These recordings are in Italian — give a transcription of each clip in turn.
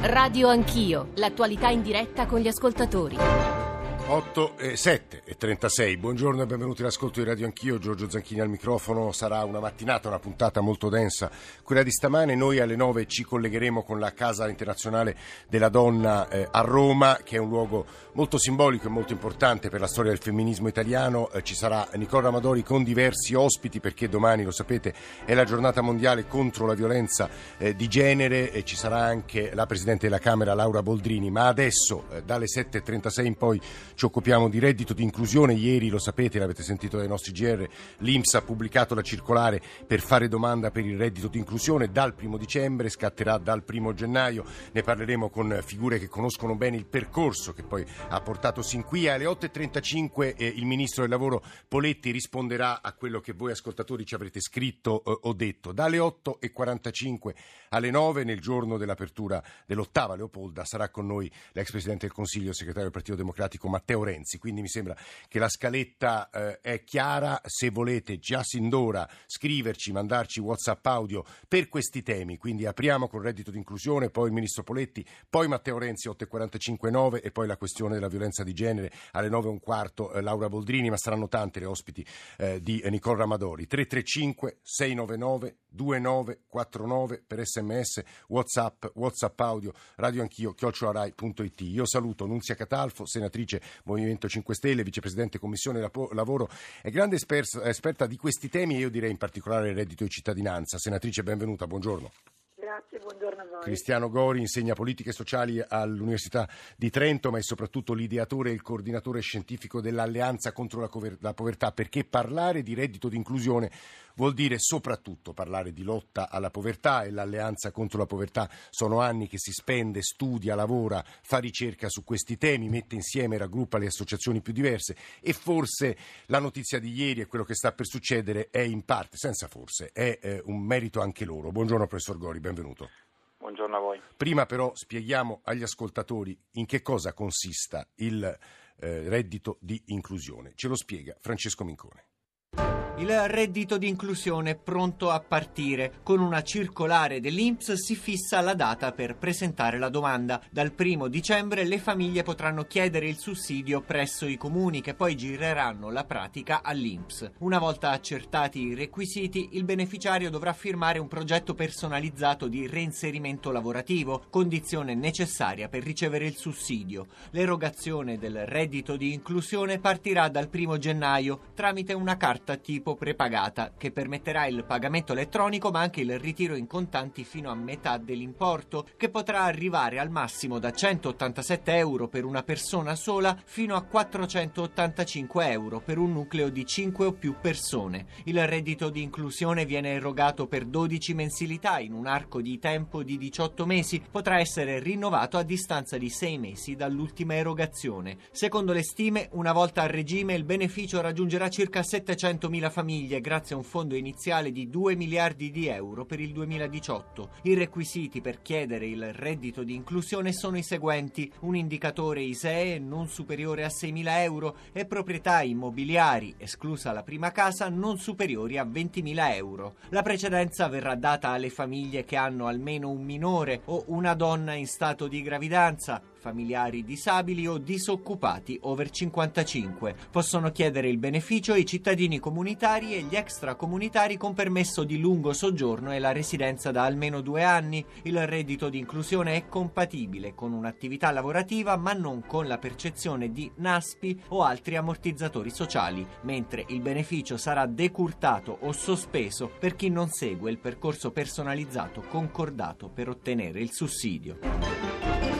Radio Anch'io, l'attualità in diretta con gli ascoltatori. 7:36. Buongiorno e benvenuti all'ascolto di Radio Anch'io. Giorgio Zanchini al microfono. Sarà una mattinata, una puntata molto densa, quella di stamane. Noi alle 9 ci collegheremo con la Casa Internazionale della Donna a Roma, che è un luogo molto simbolico e molto importante per la storia del femminismo italiano. Ci sarà Nicola Amadori con diversi ospiti, perché domani, lo sapete, è la giornata mondiale contro la violenza di genere, e ci sarà anche la Presidente della Camera Laura Boldrini. Ma adesso, dalle 7:36 in poi, ci occupiamo di reddito di inclusione. Ieri, lo sapete, l'avete sentito dai nostri GR, l'INPS ha pubblicato la circolare per fare domanda per il reddito di inclusione. Dal 1 dicembre, scatterà dal 1 gennaio. Ne parleremo con figure che conoscono bene il percorso che poi ha portato sin qui. Alle 8:35 il Ministro del Lavoro Poletti risponderà a quello che voi ascoltatori ci avrete scritto o detto. Dalle 8:45 alle 9, nel giorno dell'apertura dell'8ª Leopolda, sarà con noi l'ex Presidente del Consiglio, segretario del Partito Democratico Matteo Renzi. Quindi mi sembra che la scaletta è chiara. Se volete già sin d'ora scriverci, mandarci WhatsApp audio per questi temi, quindi apriamo col reddito di inclusione, poi il Ministro Poletti, poi Matteo Renzi 8:45 9, e poi la questione della violenza di genere alle 9:15 Laura Boldrini, ma saranno tante le ospiti di Nicola Amadori. 335 699 2949 per SMS, WhatsApp audio, Radio Anch'io @rai.it. Io saluto Nunzia Catalfo, senatrice Movimento 5 Stelle, vicepresidente Commissione Lavoro, è grande esperta di questi temi, e io direi in particolare il reddito di cittadinanza. Senatrice, benvenuta, buongiorno. Grazie, buongiorno a voi. Cristiano Gori insegna politiche sociali all'Università di Trento, ma è soprattutto l'ideatore e il coordinatore scientifico dell'Alleanza contro la povertà, perché parlare di reddito di inclusione vuol dire soprattutto parlare di lotta alla povertà, e l'Alleanza contro la povertà sono anni che si spende, studia, lavora, fa ricerca su questi temi, mette insieme, raggruppa le associazioni più diverse, e forse la notizia di ieri e quello che sta per succedere è in parte, senza forse, è un merito anche loro. Buongiorno professor Gori, benvenuto. Buongiorno a voi. Prima però spieghiamo agli ascoltatori in che cosa consista il reddito di inclusione. Ce lo spiega Francesco Mincone. Il reddito di inclusione è pronto a partire. Con una circolare dell'INPS si fissa la data per presentare la domanda. Dal 1 dicembre le famiglie potranno chiedere il sussidio presso i comuni, che poi gireranno la pratica all'INPS. Una volta accertati i requisiti, il beneficiario dovrà firmare un progetto personalizzato di reinserimento lavorativo, condizione necessaria per ricevere il sussidio. L'erogazione del reddito di inclusione partirà dal 1 gennaio tramite una carta tipo prepagata, che permetterà il pagamento elettronico ma anche il ritiro in contanti fino a metà dell'importo, che potrà arrivare al massimo da 187 euro per una persona sola fino a 485 euro per un nucleo di 5 o più persone. Il reddito di inclusione viene erogato per 12 mensilità in un arco di tempo di 18 mesi, potrà essere rinnovato a distanza di 6 mesi dall'ultima erogazione. Secondo le stime, una volta a regime il beneficio raggiungerà circa 700.000 famiglie grazie a un fondo iniziale di 2 miliardi di euro per il 2018. I requisiti per chiedere il reddito di inclusione sono i seguenti: un indicatore ISEE non superiore a 6.000 euro e proprietà immobiliari, esclusa la prima casa, non superiori a 20.000 euro. La precedenza verrà data alle famiglie che hanno almeno un minore o una donna in stato di gravidanza, familiari disabili o disoccupati over 55. Possono chiedere il beneficio i cittadini comunitari e gli extracomunitari con permesso di lungo soggiorno e la residenza da almeno 2 anni. Il reddito di inclusione è compatibile con un'attività lavorativa, ma non con la percezione di NASPI o altri ammortizzatori sociali, mentre il beneficio sarà decurtato o sospeso per chi non segue il percorso personalizzato concordato per ottenere il sussidio.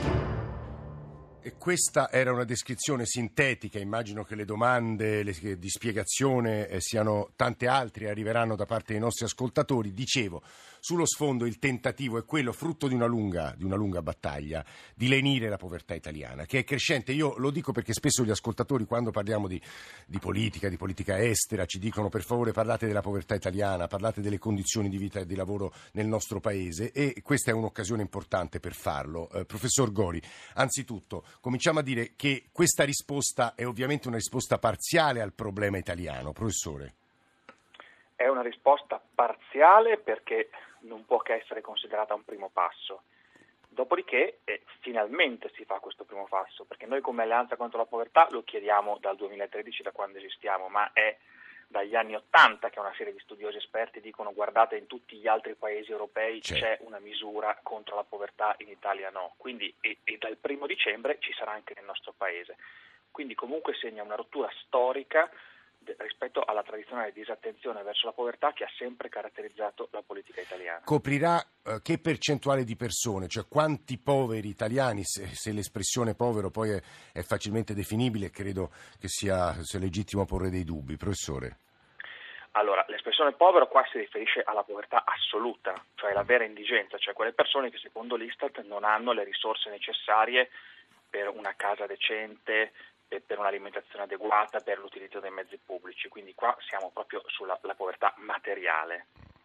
E questa era una descrizione sintetica. Immagino che le domande di spiegazione siano tante altre, arriveranno da parte dei nostri ascoltatori. Dicevo, sullo sfondo il tentativo è quello, frutto di una lunga battaglia, di lenire la povertà italiana, che è crescente. Io lo dico perché spesso gli ascoltatori, quando parliamo di politica estera, ci dicono: per favore parlate della povertà italiana, parlate delle condizioni di vita e di lavoro nel nostro paese, e questa è un'occasione importante per farlo. Professor Gori, anzitutto cominciamo a dire che questa risposta è ovviamente una risposta parziale al problema italiano. Professore. È una risposta parziale perché non può che essere considerata un primo passo. Dopodiché finalmente si fa questo primo passo, perché noi come Alleanza contro la povertà lo chiediamo dal 2013, da quando esistiamo, ma è dagli anni '80 che una serie di studiosi esperti dicono: guardate, in tutti gli altri paesi europei c'è una misura contro la povertà, in Italia no. Quindi e dal 1° dicembre ci sarà anche nel nostro paese. Quindi comunque segna una rottura storica rispetto alla tradizionale disattenzione verso la povertà che ha sempre caratterizzato la politica italiana. Coprirà che percentuale di persone, cioè quanti poveri italiani, se l'espressione povero poi è facilmente definibile, credo che sia legittimo porre dei dubbi. Professore. Allora, l'espressione povero qua si riferisce alla povertà assoluta, cioè la vera indigenza, cioè quelle persone che secondo l'Istat non hanno le risorse necessarie per una casa decente, per un'alimentazione adeguata, per l'utilizzo dei mezzi pubblici. Quindi qua siamo proprio sulla povertà materiale.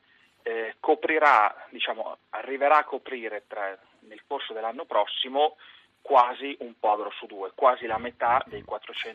Arriverà a coprire nel corso dell'anno prossimo quasi un povero su due, quasi la metà dei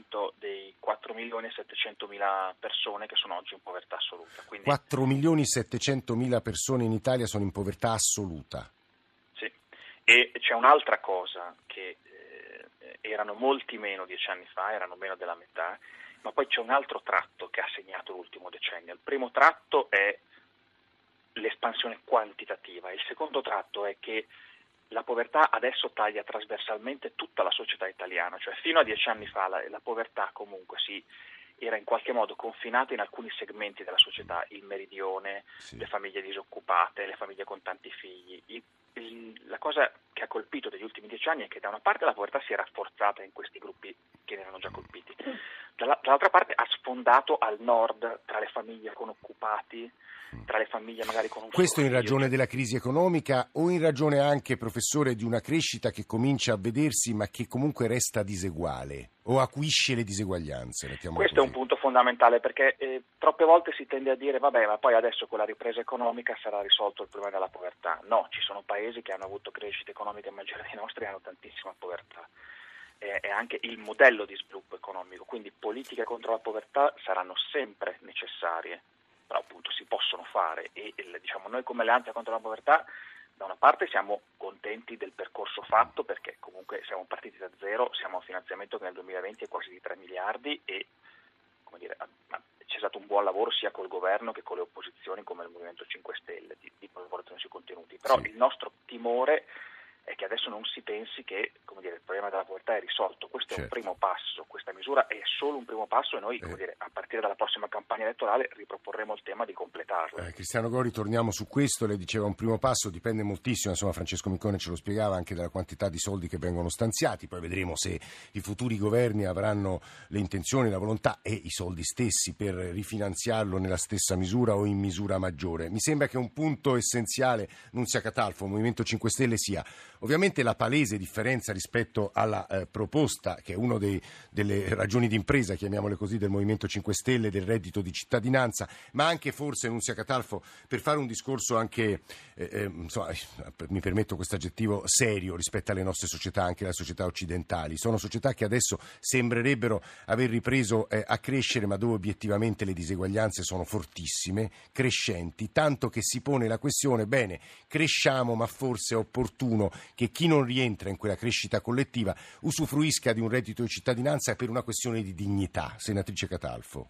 4.700.000 persone che sono oggi in povertà assoluta. Quindi, 4.700.000 persone in Italia sono in povertà assoluta. Sì, e c'è un'altra cosa che erano molti meno 10 anni fa, erano meno della metà, ma poi c'è un altro tratto che ha segnato l'ultimo decennio. Il primo tratto è l'espansione quantitativa, il secondo tratto è che la povertà adesso taglia trasversalmente tutta la società italiana, cioè fino a 10 anni fa la povertà comunque era in qualche modo confinata in alcuni segmenti della società, il meridione, le famiglie disoccupate, le famiglie con tanti figli. La cosa che ha colpito degli ultimi 10 anni è che da una parte la povertà si è rafforzata in questi gruppi che ne erano già colpiti, dall'altra parte ha sfondato al nord tra le famiglie con occupati, tra le famiglie magari con un Questo in solo figlio. ragione della crisi economica o in ragione anche, professore, di una crescita che comincia a vedersi ma che comunque resta diseguale o acuisce le diseguaglianze? Questo è un punto fondamentale, perché troppe volte si tende a dire vabbè, ma poi adesso con la ripresa economica sarà risolto il problema della povertà. No, ci sono paesi che hanno avuto crescita economica maggiore dei nostri e hanno tantissima povertà. È anche il modello di sviluppo economico, quindi politiche contro la povertà saranno sempre necessarie, però appunto si possono fare e noi come Alleanza contro la povertà da una parte siamo contenti del percorso fatto, perché comunque siamo partiti da zero, siamo a un finanziamento che nel 2020 è quasi di 3 miliardi e c'è stato un buon lavoro sia col governo che con le opposizioni come il Movimento 5 Stelle di collaborazione sui contenuti, però il nostro timore è che adesso non si pensi che il problema della povertà è risolto. Questo è un primo passo, questa misura è solo un primo passo e noi a partire dalla prossima campagna elettorale riproporremo il tema di completarla. Cristiano Gori, torniamo su questo, lei diceva un primo passo, dipende moltissimo, Francesco Miccone ce lo spiegava, anche dalla quantità di soldi che vengono stanziati, poi vedremo se i futuri governi avranno le intenzioni, la volontà e i soldi stessi per rifinanziarlo nella stessa misura o in misura maggiore. Mi sembra che un punto essenziale, Nunzia Catalfo, Movimento 5 Stelle, sia ovviamente la palese differenza rispetto alla proposta, che è una delle ragioni di impresa, chiamiamole così, del Movimento 5 Stelle, del reddito di cittadinanza, ma anche forse, Nunzia Catalfo, per fare un discorso anche, mi permetto questo aggettivo, serio rispetto alle nostre società, anche le società occidentali. Sono società che adesso sembrerebbero aver ripreso a crescere, ma dove obiettivamente le diseguaglianze sono fortissime, crescenti, tanto che si pone la questione, bene, cresciamo, ma forse è opportuno che chi non rientra in quella crescita collettiva usufruisca di un reddito di cittadinanza per una questione di dignità. Senatrice Catalfo.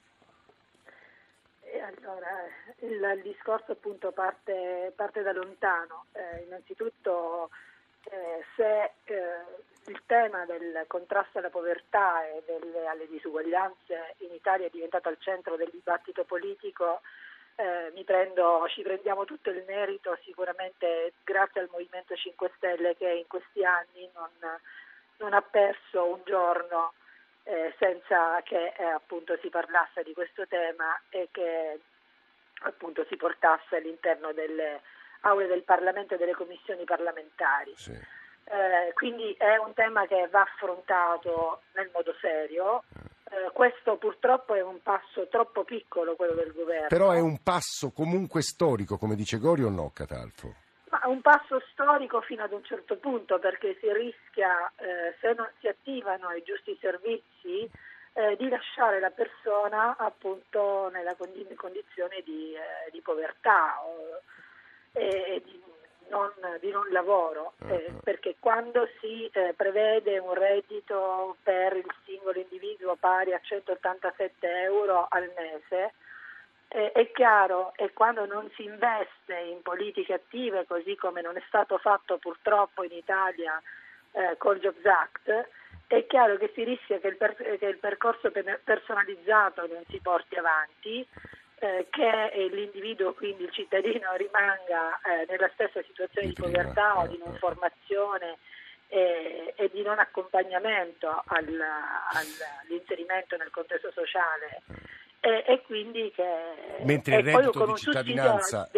Allora, il discorso appunto parte da lontano. Innanzitutto se il tema del contrasto alla povertà e alle disuguaglianze in Italia è diventato al centro del dibattito politico, ci prendiamo tutto il merito sicuramente grazie al Movimento 5 Stelle, che in questi anni non ha perso un giorno senza che appunto si parlasse di questo tema e che appunto si portasse all'interno delle aule del Parlamento e delle commissioni parlamentari. Sì. Quindi è un tema che va affrontato nel modo serio. Questo purtroppo è un passo troppo piccolo, quello del governo. Però è un passo comunque storico, come dice Gori, o no, Catalfo? Ma un passo storico fino ad un certo punto, perché si rischia, se non si attivano i giusti servizi, di lasciare la persona appunto nella condizione di povertà e non lavoro, perché quando si prevede un reddito per il singolo individuo pari a 187 euro al mese, è chiaro, e quando non si investe in politiche attive, così come non è stato fatto purtroppo in Italia col Jobs Act, è chiaro che si rischia che il percorso personalizzato non si porti avanti, che l'individuo, quindi il cittadino, rimanga nella stessa situazione di povertà o di non formazione e di non accompagnamento all'inserimento nel contesto sociale. E quindi mentre il reddito di cittadinanza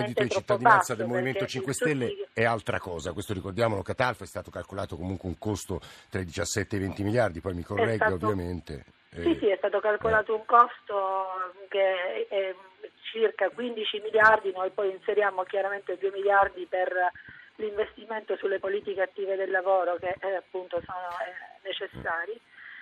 del basso, Movimento 5 Stelle è altra cosa, questo ricordiamolo. Catalfo, è stato calcolato comunque un costo tra i 17 e i 20 miliardi, poi mi corregga ovviamente. Sì, è stato calcolato un costo che è circa 15 miliardi, noi poi inseriamo chiaramente 2 miliardi per l'investimento sulle politiche attive del lavoro che appunto sono necessari.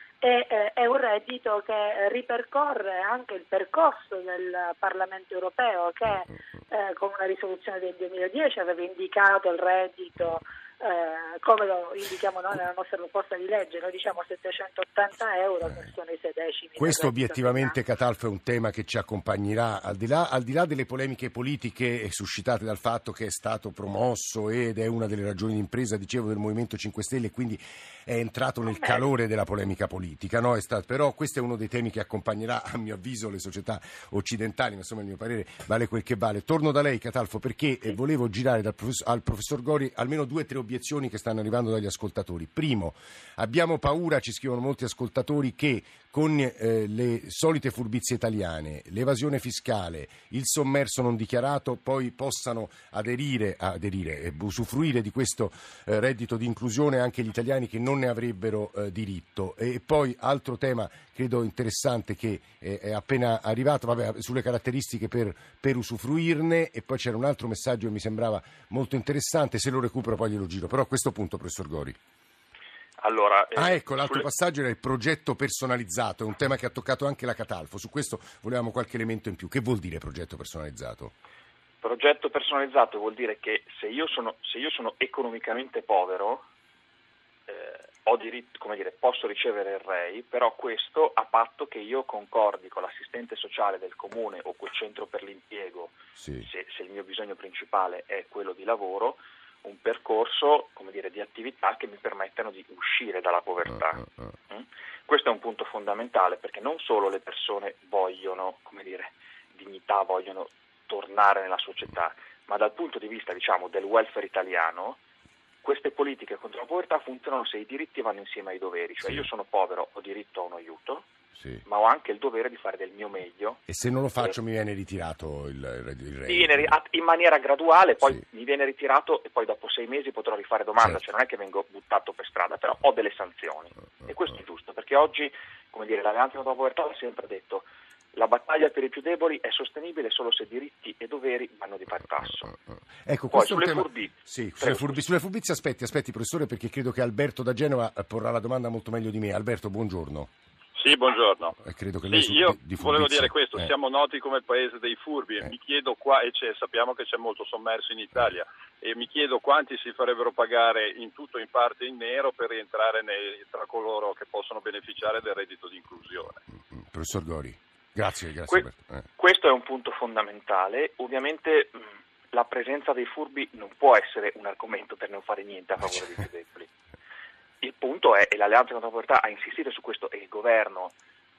È un reddito che ripercorre anche il percorso del Parlamento europeo, che con una risoluzione del 2010 aveva indicato il reddito come lo indichiamo noi nella nostra proposta di legge. Noi diciamo 780 euro, che sono i 6 decimi. Questo obiettivamente, Catalfo, è un tema che ci accompagnerà al di là delle polemiche politiche suscitate dal fatto che è stato promosso ed è una delle ragioni di impresa, dicevo, del Movimento 5 Stelle, quindi è entrato nel calore della polemica politica, no? Però questo è uno dei temi che accompagnerà, a mio avviso, le società occidentali, ma insomma il mio parere vale quel che vale. Torno da lei, Catalfo, perché volevo girare al professor Gori almeno 2 o 3 obiezioni che stanno arrivando dagli ascoltatori. Primo, abbiamo paura, ci scrivono molti ascoltatori, che con le solite furbizie italiane, l'evasione fiscale, il sommerso non dichiarato, poi possano aderire e usufruire di questo reddito di inclusione anche gli italiani che non ne avrebbero diritto. E poi altro tema credo interessante che è appena arrivato, sulle caratteristiche per usufruirne, e poi c'era un altro messaggio che mi sembrava molto interessante, se lo recupero poi glielo giro, però a questo punto, professor Gori. Allora, ecco, l'altro passaggio era il progetto personalizzato, è un tema che ha toccato anche la Catalfo, su questo volevamo qualche elemento in più. Che vuol dire progetto personalizzato? Progetto personalizzato vuol dire che se io sono economicamente povero, ho diritto, posso ricevere il REI, però questo a patto che io concordi con l'assistente sociale del comune o col centro per l'impiego, sì, se il mio bisogno principale è quello di lavoro, un percorso, di attività che mi permettano di uscire dalla povertà. Questo è un punto fondamentale, perché non solo le persone vogliono, dignità, vogliono tornare nella società, ma dal punto di vista, del welfare italiano, queste politiche contro la povertà funzionano se i diritti vanno insieme ai doveri, cioè io sono povero, ho diritto a un aiuto, ma ho anche il dovere di fare del mio meglio. E se non lo faccio mi viene ritirato il reddito? In maniera graduale, poi mi viene ritirato e poi dopo 6 mesi potrò rifare domanda, cioè non è che vengo buttato per strada, però ho delle sanzioni. E questo è giusto, perché oggi, l'Alleanza contro la povertà ha sempre detto: la battaglia per i più deboli è sostenibile solo se diritti e doveri vanno di pari passo. Ecco, poi sulle furbizie aspetti professore, perché credo che Alberto da Genova porrà la domanda molto meglio di me. Alberto, buongiorno. Sì, buongiorno. Credo che lei io volevo dire questo, siamo noti come il paese dei furbi, mi chiedo sappiamo che c'è molto sommerso in Italia, e mi chiedo quanti si farebbero pagare in tutto o in parte in nero per rientrare tra coloro che possono beneficiare del reddito di inclusione. Professor Gori. Grazie Alberto. Questo è un punto fondamentale. Ovviamente la presenza dei furbi non può essere un argomento per non fare niente a favore dei più deboli. Il punto è, e l'Alleanza contro la povertà ha insistito su questo, e il governo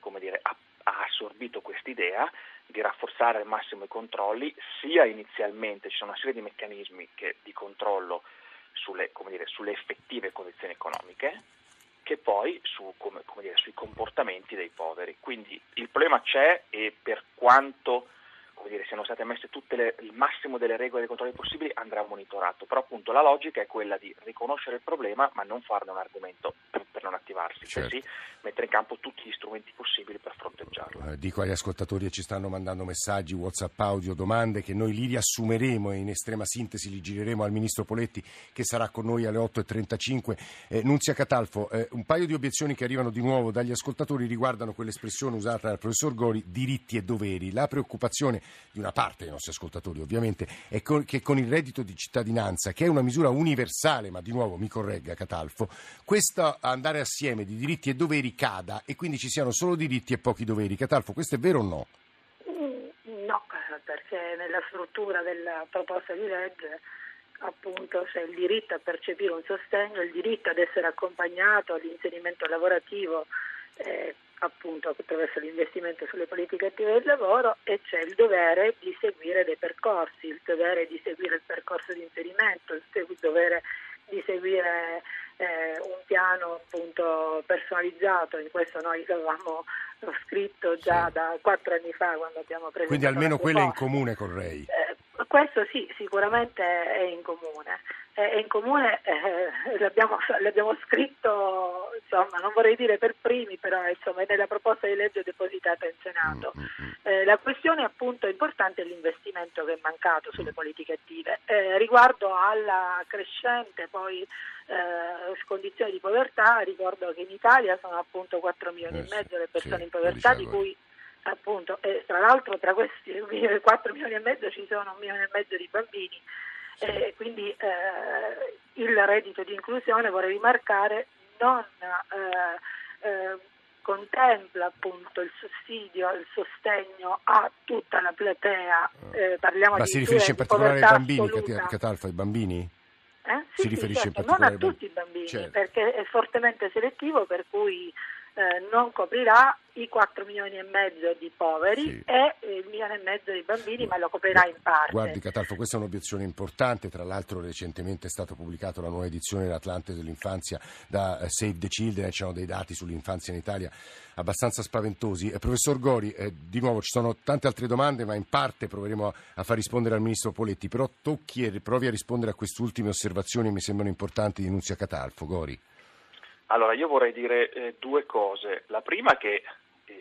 ha assorbito quest'idea di rafforzare al massimo i controlli, sia inizialmente, ci sono una serie di meccanismi di controllo sulle effettive condizioni economiche, che poi sui comportamenti dei poveri. Quindi il problema c'è, e per quanto siano state messe il massimo delle regole e dei controlli possibili, andrà monitorato. Però appunto la logica è quella di riconoscere il problema ma non farne un argomento per non attivarsi. Certo. Cioè mettere in campo tutti gli strumenti possibili per fronteggiarlo. Dico agli ascoltatori che ci stanno mandando messaggi, WhatsApp, audio, domande, che noi li riassumeremo e in estrema sintesi li gireremo al Ministro Poletti, che sarà con noi alle 8.35. Nunzia Catalfo, un paio di obiezioni che arrivano di nuovo dagli ascoltatori riguardano quell'espressione usata dal professor Gori, diritti e doveri. La preoccupazione di una parte dei nostri ascoltatori ovviamente è che con il reddito di cittadinanza, che è una misura universale, ma di nuovo mi corregga Catalfo, questo andare assieme di diritti e doveri cada e quindi ci siano solo diritti e pochi doveri. Catalfo, questo è vero o no? No, perché nella struttura della proposta di legge appunto c'è il diritto a percepire un sostegno, il diritto ad essere accompagnato all'inserimento lavorativo appunto attraverso l'investimento sulle politiche attive del lavoro, e c'è il dovere di seguire dei percorsi, il dovere di seguire il percorso di inserimento, il dovere di seguire un piano appunto personalizzato. In questo noi l'avevamo scritto già da 4 anni fa, quando abbiamo presentato. Quindi almeno quello è in comune con Rei. Questo sì, sicuramente è in comune. L'abbiamo scritto, insomma, non vorrei dire per primi, però insomma è nella proposta di legge depositata in Senato. La questione appunto importante è l'investimento che è mancato sulle politiche attive. Riguardo alla crescente poi condizioni di povertà, ricordo che in Italia sono appunto 4 milioni e mezzo le persone in povertà, di cui appunto, tra l'altro tra questi 4 milioni e mezzo ci sono 1 milione e mezzo di bambini. Quindi il reddito di inclusione, vorrei rimarcare, non contempla appunto il sussidio, il sostegno a tutta la platea. Parliamo Ma di si riferisce in particolare ai bambini, Catalfo, ai bambini? Sì, certo, non a tutti i bambini, certo, perché è fortemente selettivo, per cui non coprirà i 4 milioni e mezzo di poveri e il 1 milione e mezzo di bambini, ma lo coprirà in parte. Guardi Catalfo, questa è un'obiezione importante. Tra l'altro recentemente è stata pubblicata la nuova edizione dell'Atlante dell'infanzia da Save the Children, c'erano dei dati sull'infanzia in Italia abbastanza spaventosi. Professor Gori, di nuovo ci sono tante altre domande, ma in parte proveremo a far rispondere al Ministro Poletti, però tocchi e provi a rispondere a queste ultime osservazioni, mi sembrano importanti, di Nunzia Catalfo. Gori. Allora, io vorrei dire 2 cose. La prima è che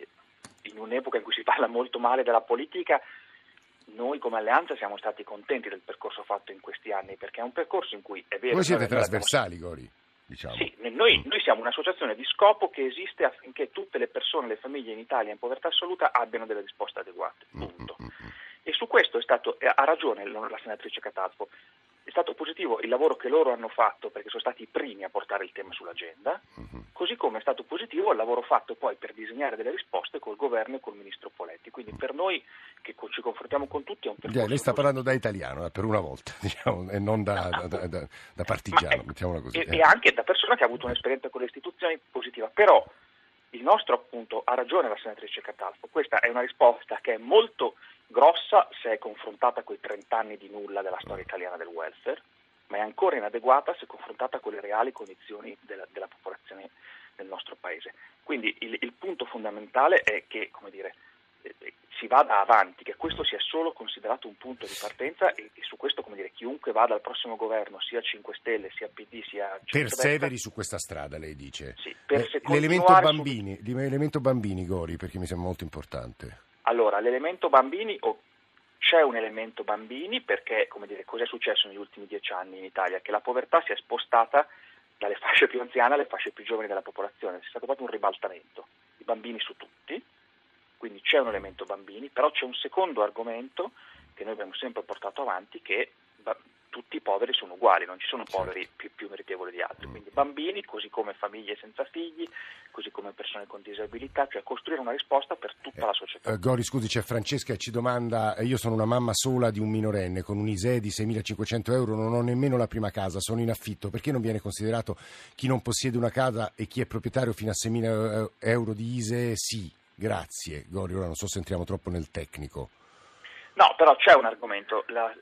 in un'epoca in cui si parla molto male della politica, noi come Alleanza siamo stati contenti del percorso fatto in questi anni, perché è un percorso in cui è vero... Voi siete trasversali, Gori, diciamo. Sì, noi siamo un'associazione di scopo che esiste affinché tutte le persone, le famiglie in Italia in povertà assoluta abbiano delle risposte adeguate, punto. E su questo ha ragione la senatrice Catalfo. È stato positivo il lavoro che loro hanno fatto, perché sono stati i primi a portare il tema sull'agenda, così come è stato positivo il lavoro fatto poi per disegnare delle risposte col governo e col ministro Poletti. Quindi per noi che ci confrontiamo con tutti è un percorso... Lei sta parlando da italiano, per una volta, diciamo, e non da partigiano, mettiamola così. E anche da persona che ha avuto un'esperienza con le istituzioni positiva. Però il nostro, appunto, ha ragione la senatrice Catalfo, questa è una risposta che è molto grossa se è confrontata con i 30 anni di nulla della storia italiana del welfare, ma è ancora inadeguata se confrontata con le reali condizioni della popolazione del nostro paese. Quindi il punto fondamentale è che, come dire, si vada avanti, che questo sia solo considerato un punto di partenza, e su questo, come dire, chiunque vada al prossimo governo, sia 5 Stelle, sia PD, sia perseveri su questa strada, lei dice. Sì, l'elemento bambini, Gori, perché mi sembra molto importante. Allora, l'elemento bambini, c'è un elemento bambini perché, come dire, cosa è successo negli ultimi 10 anni in Italia? Che la povertà si è spostata dalle fasce più anziane alle fasce più giovani della popolazione, c'è stato proprio un ribaltamento, i bambini su tutti, quindi c'è un elemento bambini, però c'è un secondo argomento che noi abbiamo sempre portato avanti, che tutti i poveri sono uguali, non ci sono poveri più meritevoli di altri, quindi bambini, così come famiglie senza figli, così come persone con disabilità, cioè costruire una risposta per tutta la società. Gori, scusi, c'è Francesca che ci domanda: io sono una mamma sola di un minorenne con un ISEE di 6.500 euro, non ho nemmeno la prima casa, sono in affitto, perché non viene considerato chi non possiede una casa e chi è proprietario fino a 6.000 euro di ISEE? Sì, grazie. Gori, ora non so se entriamo troppo nel tecnico. No, però c'è un argomento,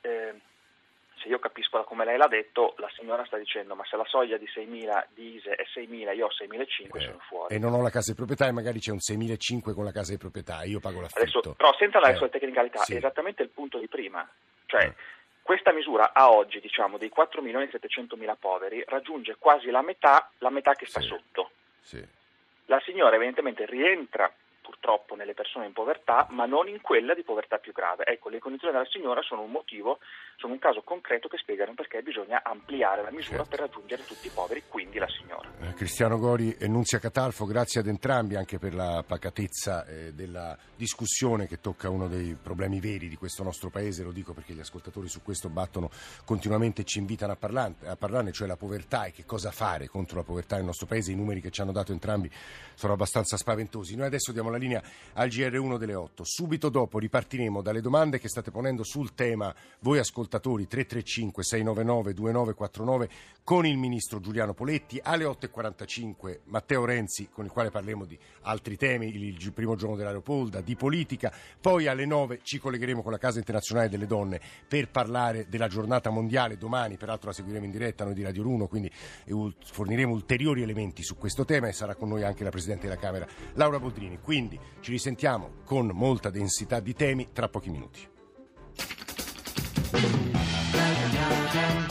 se io capisco come lei l'ha detto, la signora sta dicendo: ma se la soglia di 6.000 di ISEE è 6.000, io ho 6.500, sono fuori. E non ho la casa di proprietà, e magari c'è un 6.500 con la casa di proprietà, io pago l'affitto. Adesso, però senza andare sulle tecnicalità, è esattamente il punto di prima. Cioè, questa misura a oggi, diciamo, dei 4.700.000 poveri raggiunge quasi la metà che sta sotto. Sì. La signora evidentemente rientra purtroppo nelle persone in povertà, ma non in quella di povertà più grave. Ecco, le condizioni della signora sono un caso concreto che spiegano perché bisogna ampliare la misura per raggiungere tutti i poveri, quindi la signora. Cristiano Gori e Nunzia Catalfo, grazie ad entrambi anche per la pacatezza della discussione che tocca uno dei problemi veri di questo nostro paese. Lo dico perché gli ascoltatori su questo battono continuamente e ci invitano a parlarne, cioè la povertà e che cosa fare contro la povertà nel nostro paese. I numeri che ci hanno dato entrambi sono abbastanza spaventosi. Noi adesso diamo la linea al GR1 delle 8. Subito dopo ripartiremo dalle domande che state ponendo sul tema voi ascoltatori, 335 699 2949, con il ministro Giuliano Poletti. Alle 8.45 Matteo Renzi, con il quale parleremo di altri temi, il primo giorno dell'Aeropolda, di politica. Poi alle 9 ci collegheremo con la Casa Internazionale delle Donne per parlare della giornata mondiale. Domani peraltro la seguiremo in diretta noi di Radio 1, quindi forniremo ulteriori elementi su questo tema, e sarà con noi anche la Presidente della Camera Laura Boldrini. Quindi ci risentiamo con molta densità di temi tra pochi minuti.